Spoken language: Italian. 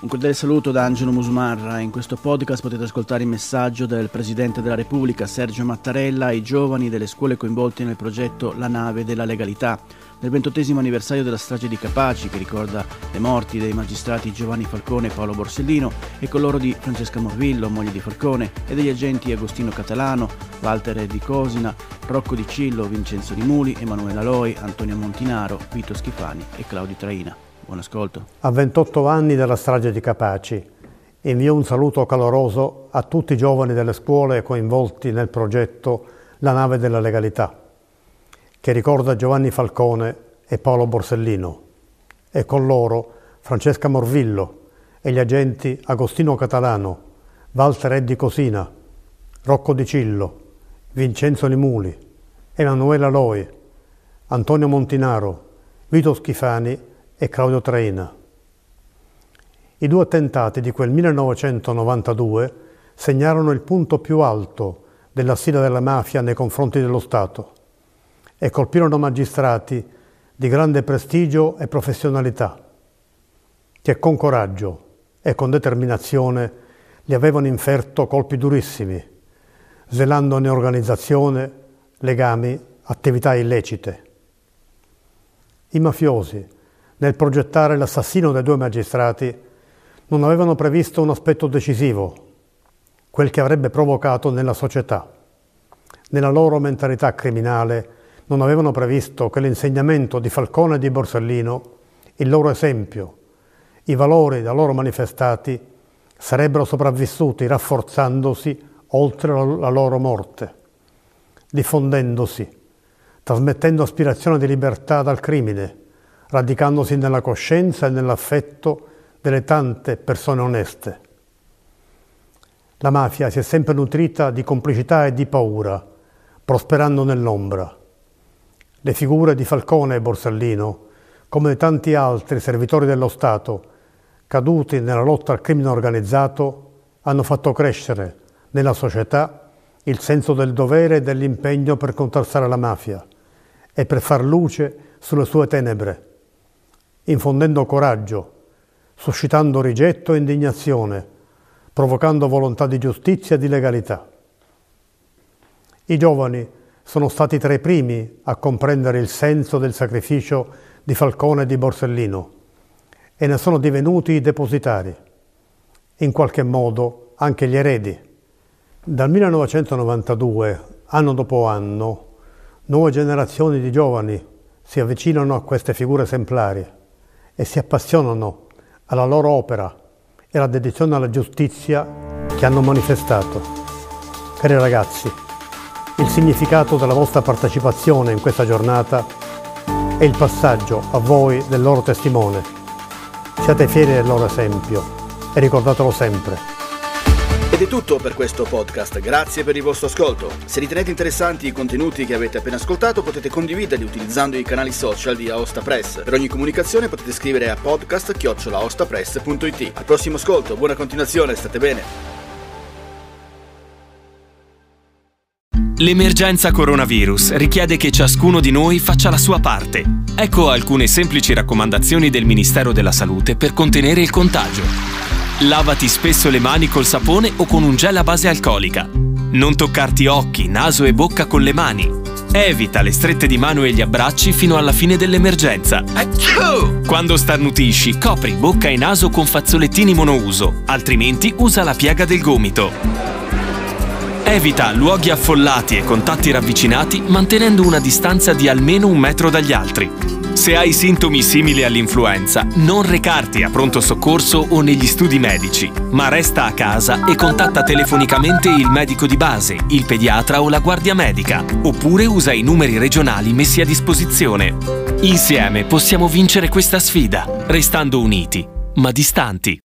Un cordiale saluto da Angelo Musumarra. In questo podcast potete ascoltare il messaggio del Presidente della Repubblica Sergio Mattarella ai giovani delle scuole coinvolte nel progetto La Nave della Legalità, nel 28° anniversario della strage di Capaci, che ricorda le morti dei magistrati Giovanni Falcone e Paolo Borsellino, e con loro di Francesca Morvillo, moglie di Falcone, e degli agenti Agostino Catalano, Walter Di Cosina, Rocco Di Cillo, Vincenzo Limuli, Emanuela Loi, Antonio Montinaro, Vito Schifani e Claudio Traina. Buon ascolto. A 28 anni dalla strage di Capaci, invio un saluto caloroso a tutti i giovani delle scuole coinvolti nel progetto La Nave della Legalità, che ricorda Giovanni Falcone e Paolo Borsellino, e con loro Francesca Morvillo e gli agenti Agostino Catalano, Walter Di Cosina, Rocco Di Cillo, Vincenzo Limuli, Emanuela Loi, Antonio Montinaro, Vito Schifani e Claudio Traina. I due attentati di quel 1992 segnarono il punto più alto della sfida della mafia nei confronti dello Stato e colpirono magistrati di grande prestigio e professionalità, che con coraggio e con determinazione gli avevano inferto colpi durissimi, svelandone organizzazione, legami, attività illecite. I mafiosi, nel progettare l'assassino dei due magistrati, non avevano previsto un aspetto decisivo, quel che avrebbe provocato nella società. Nella loro mentalità criminale non avevano previsto che l'insegnamento di Falcone e di Borsellino, il loro esempio, i valori da loro manifestati, sarebbero sopravvissuti rafforzandosi oltre la loro morte, diffondendosi, trasmettendo aspirazione di libertà dal crimine, radicandosi nella coscienza e nell'affetto delle tante persone oneste. La mafia si è sempre nutrita di complicità e di paura, prosperando nell'ombra. Le figure di Falcone e Borsellino, come di tanti altri servitori dello Stato, caduti nella lotta al crimine organizzato, hanno fatto crescere nella società il senso del dovere e dell'impegno per contrastare la mafia e per far luce sulle sue tenebre, infondendo coraggio, suscitando rigetto e indignazione, provocando volontà di giustizia e di legalità. I giovani sono stati tra i primi a comprendere il senso del sacrificio di Falcone e di Borsellino e ne sono divenuti i depositari, in qualche modo anche gli eredi. Dal 1992, anno dopo anno, nuove generazioni di giovani si avvicinano a queste figure esemplari e si appassionano alla loro opera e alla dedizione alla giustizia che hanno manifestato. Cari ragazzi, il significato della vostra partecipazione in questa giornata è il passaggio a voi del loro testimone. Siate fieri del loro esempio e ricordatelo sempre. Ed è tutto per questo podcast, grazie per il vostro ascolto. Se ritenete interessanti i contenuti che avete appena ascoltato, potete condividerli utilizzando i canali social di Aosta Press. Per ogni comunicazione potete scrivere a podcast@aostapress.it. Al prossimo ascolto, buona continuazione, state bene. L'emergenza coronavirus richiede che ciascuno di noi faccia la sua parte. Ecco alcune semplici raccomandazioni del Ministero della Salute per contenere il contagio. Lavati spesso le mani col sapone o con un gel a base alcolica. Non toccarti occhi, naso e bocca con le mani. Evita le strette di mano e gli abbracci fino alla fine dell'emergenza. Quando starnutisci, copri bocca e naso con fazzolettini monouso, altrimenti usa la piega del gomito. Evita luoghi affollati e contatti ravvicinati mantenendo una distanza di almeno 1 metro dagli altri. Se hai sintomi simili all'influenza, non recarti a pronto soccorso o negli studi medici, ma resta a casa e contatta telefonicamente il medico di base, il pediatra o la guardia medica, oppure usa i numeri regionali messi a disposizione. Insieme possiamo vincere questa sfida, restando uniti, ma distanti.